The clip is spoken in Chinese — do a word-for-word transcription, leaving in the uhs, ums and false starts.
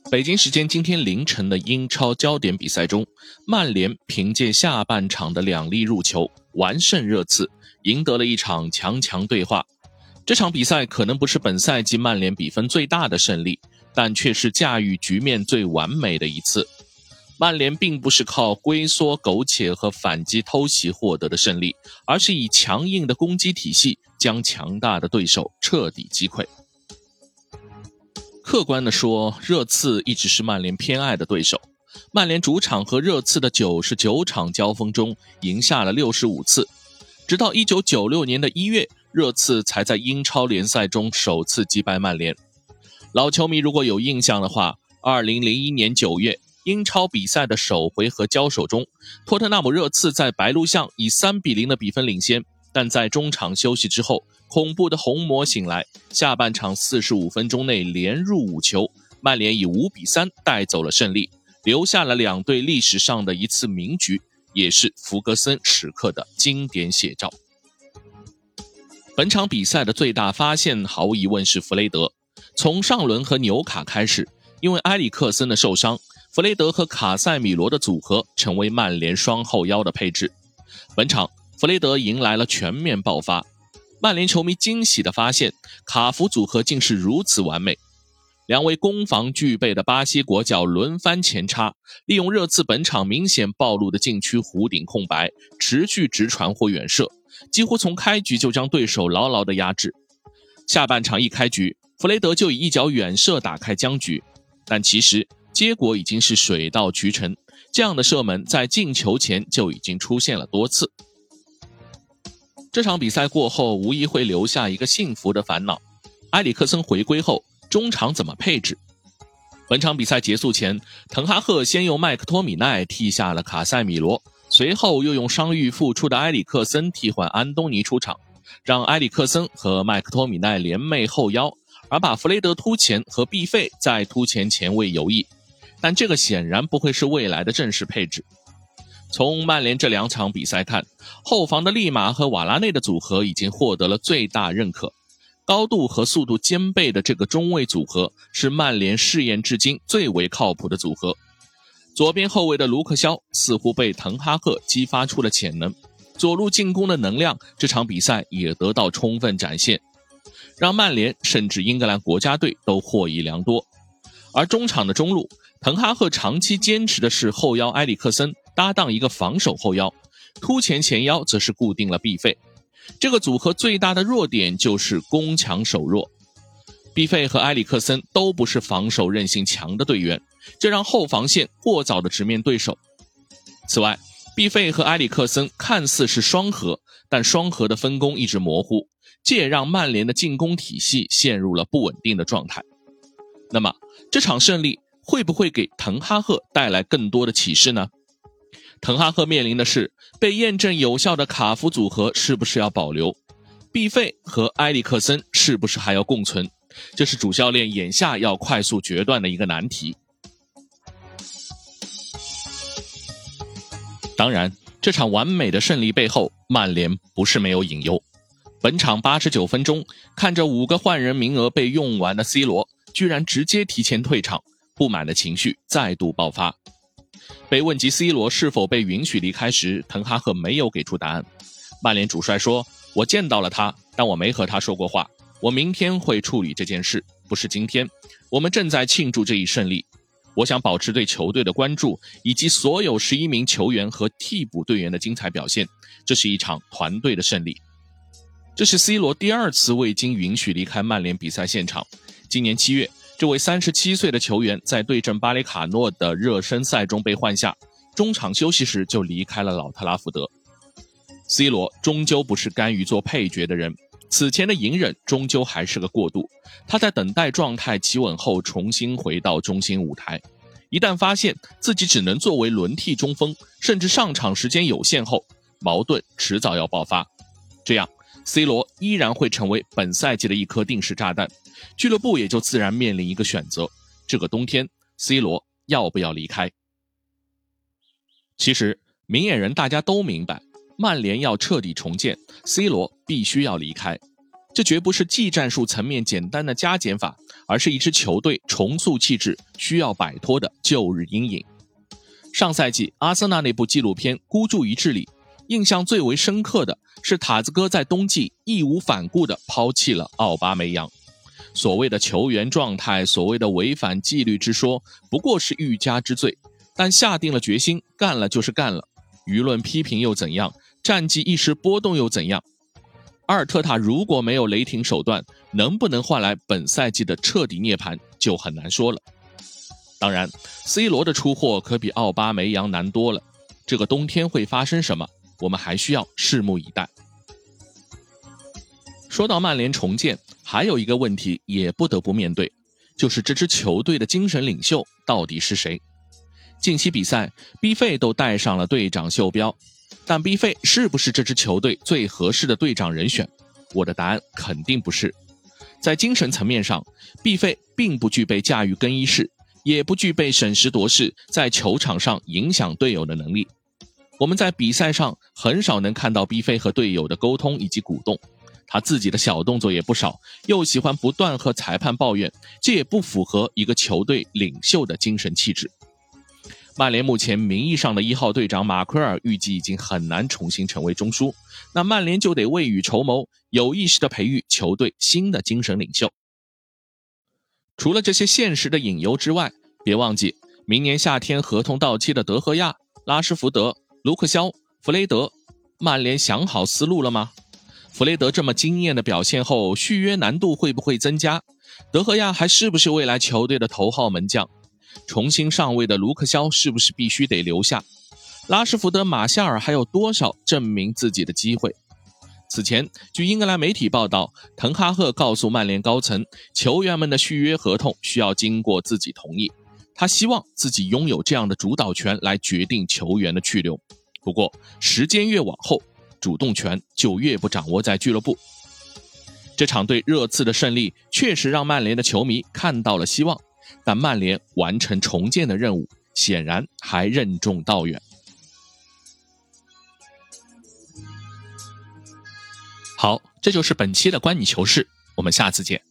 北京时间今天凌晨的英超焦点比赛中，曼联凭借下半场的两粒入球完胜热刺，赢得了一场强强对话。这场比赛可能不是本赛季曼联比分最大的胜利，但却是驾驭局面最完美的一次。曼联并不是靠龟缩苟且和反击偷袭获得的胜利，而是以强硬的攻击体系将强大的对手彻底击溃。客观地说，热刺一直是曼联偏爱的对手。曼联主场和热刺的九十九场交锋中赢下了六十五次，直到一九九六年的一月，热刺才在英超联赛中首次击败曼联。老球迷如果有印象的话，二零零一年九月英超比赛的首回合交手中，托特纳姆热刺在白鹿巷以三比零的比分领先，但在中场休息之后，恐怖的红魔醒来，下半场四十五分钟内连入五球，曼联以五比三带走了胜利，留下了两队历史上的一次名局，也是弗格森时刻的经典写照。本场比赛的最大发现毫无疑问是弗雷德。从上轮和纽卡开始，因为埃里克森的受伤，弗雷德和卡塞米罗的组合成为曼联双后腰的配置。本场弗雷德迎来了全面爆发，曼联球迷惊喜地发现，卡福组合竟是如此完美。两位攻防俱备的巴西国脚轮番前插，利用热刺本场明显暴露的禁区弧顶空白，持续直传或远射，几乎从开局就将对手牢牢地压制。下半场一开局，弗雷德就以一脚远射打开僵局，但其实结果已经是水到渠成，这样的射门在进球前就已经出现了多次。这场比赛过后无疑会留下一个幸福的烦恼，埃里克森回归后中场怎么配置？本场比赛结束前，滕哈赫先用麦克托米奈替下了卡塞米罗，随后又用伤愈复出的埃里克森替换安东尼出场，让埃里克森和麦克托米奈联袂后腰，而把弗雷德突前和毕费在突前前卫游弋，但这个显然不会是未来的正式配置。从曼联这两场比赛看，后防的利马和瓦拉内的组合已经获得了最大认可，高度和速度兼备的这个中卫组合是曼联试验至今最为靠谱的组合。左边后卫的卢克肖似乎被滕哈赫激发出了潜能，左路进攻的能量这场比赛也得到充分展现，让曼联甚至英格兰国家队都获益良多。而中场的中路，滕哈赫长期坚持的是后腰埃里克森搭档一个防守后腰，突前前腰则是固定了毕费。这个组合最大的弱点就是攻强守弱，毕费和埃里克森都不是防守韧性强的队员，这让后防线过早的直面对手。此外，毕费和埃里克森看似是双核，但双核的分工一直模糊，这也让曼联的进攻体系陷入了不稳定的状态。那么这场胜利会不会给滕哈赫带来更多的启示呢？滕哈赫面临的是被验证有效的卡福组合是不是要保留，毕费和埃里克森是不是还要共存，这是主教练眼下要快速决断的一个难题。当然，这场完美的胜利背后，曼联不是没有隐忧。本场八十九分钟，看着五个换人名额被用完的 C 罗居然直接提前退场，不满的情绪再度爆发。被问及 C 罗是否被允许离开时，滕哈赫没有给出答案。曼联主帅说，我见到了他，但我没和他说过话，我明天会处理这件事，不是今天，我们正在庆祝这一胜利。我想保持对球队的关注，以及所有十一名球员和替补队员的精彩表现，这是一场团队的胜利。这是 C 罗第二次未经允许离开曼联比赛现场。今年七月，这位三十七岁的球员在对阵巴雷卡诺的热身赛中被换下，中场休息时就离开了老特拉福德。C 罗终究不是甘于做配角的人，此前的隐忍终究还是个过渡，他在等待状态企稳后重新回到中心舞台。一旦发现自己只能作为轮替中锋，甚至上场时间有限后，矛盾迟早要爆发。这样 C 罗依然会成为本赛季的一颗定时炸弹，俱乐部也就自然面临一个选择，这个冬天 C 罗要不要离开？其实明眼人大家都明白，曼联要彻底重建， C 罗必须要离开。 这绝不是技战术层面简单的加减法，而是一支球队重塑气质需要摆脱的旧日阴影。上赛季阿森纳那部纪录片《孤注一掷》里，印象最为深刻的是塔子哥在冬季义无反顾地抛弃了奥巴梅扬。所谓的球员状态，所谓的违反纪律之说，不过是欲加之罪，但下定了决心，干了就是干了，舆论批评又怎样，战绩一时波动又怎样？阿尔特塔如果没有雷霆手段，能不能换来本赛季的彻底涅槃就很难说了。当然 C 罗的出货可比奥巴梅扬难多了，这个冬天会发生什么，我们还需要拭目以待。说到曼联重建，还有一个问题也不得不面对，就是这支球队的精神领袖到底是谁？近期比赛 B 费都带上了队长袖标，但 B 费是不是这支球队最合适的队长人选？我的答案肯定不是。在精神层面上 B 费并不具备驾驭更衣室，也不具备审时度势在球场上影响队友的能力。我们在比赛上很少能看到 B 费和队友的沟通以及鼓动，他自己的小动作也不少，又喜欢不断和裁判抱怨，这也不符合一个球队领袖的精神气质。曼联目前名义上的一号队长马奎尔预计已经很难重新成为中枢，那曼联就得未雨绸缪，有意识地培育球队新的精神领袖。除了这些现实的隐忧之外，别忘记明年夏天合同到期的德赫亚、拉什福德、卢克肖、弗雷德，曼联想好思路了吗？弗雷德这么惊艳的表现后，续约难度会不会增加？德赫亚还是不是未来球队的头号门将？重新上位的卢克肖是不是必须得留下？拉什福德、马夏尔还有多少证明自己的机会？此前，据英格兰媒体报道，滕哈赫告诉曼联高层，球员们的续约合同需要经过自己同意，他希望自己拥有这样的主导权来决定球员的去留。不过，时间越往后，主动权就越不掌握在俱乐部。这场对热刺的胜利确实让曼联的球迷看到了希望，但曼联完成重建的任务显然还任重道远。好，这就是本期的观你球事，我们下次见。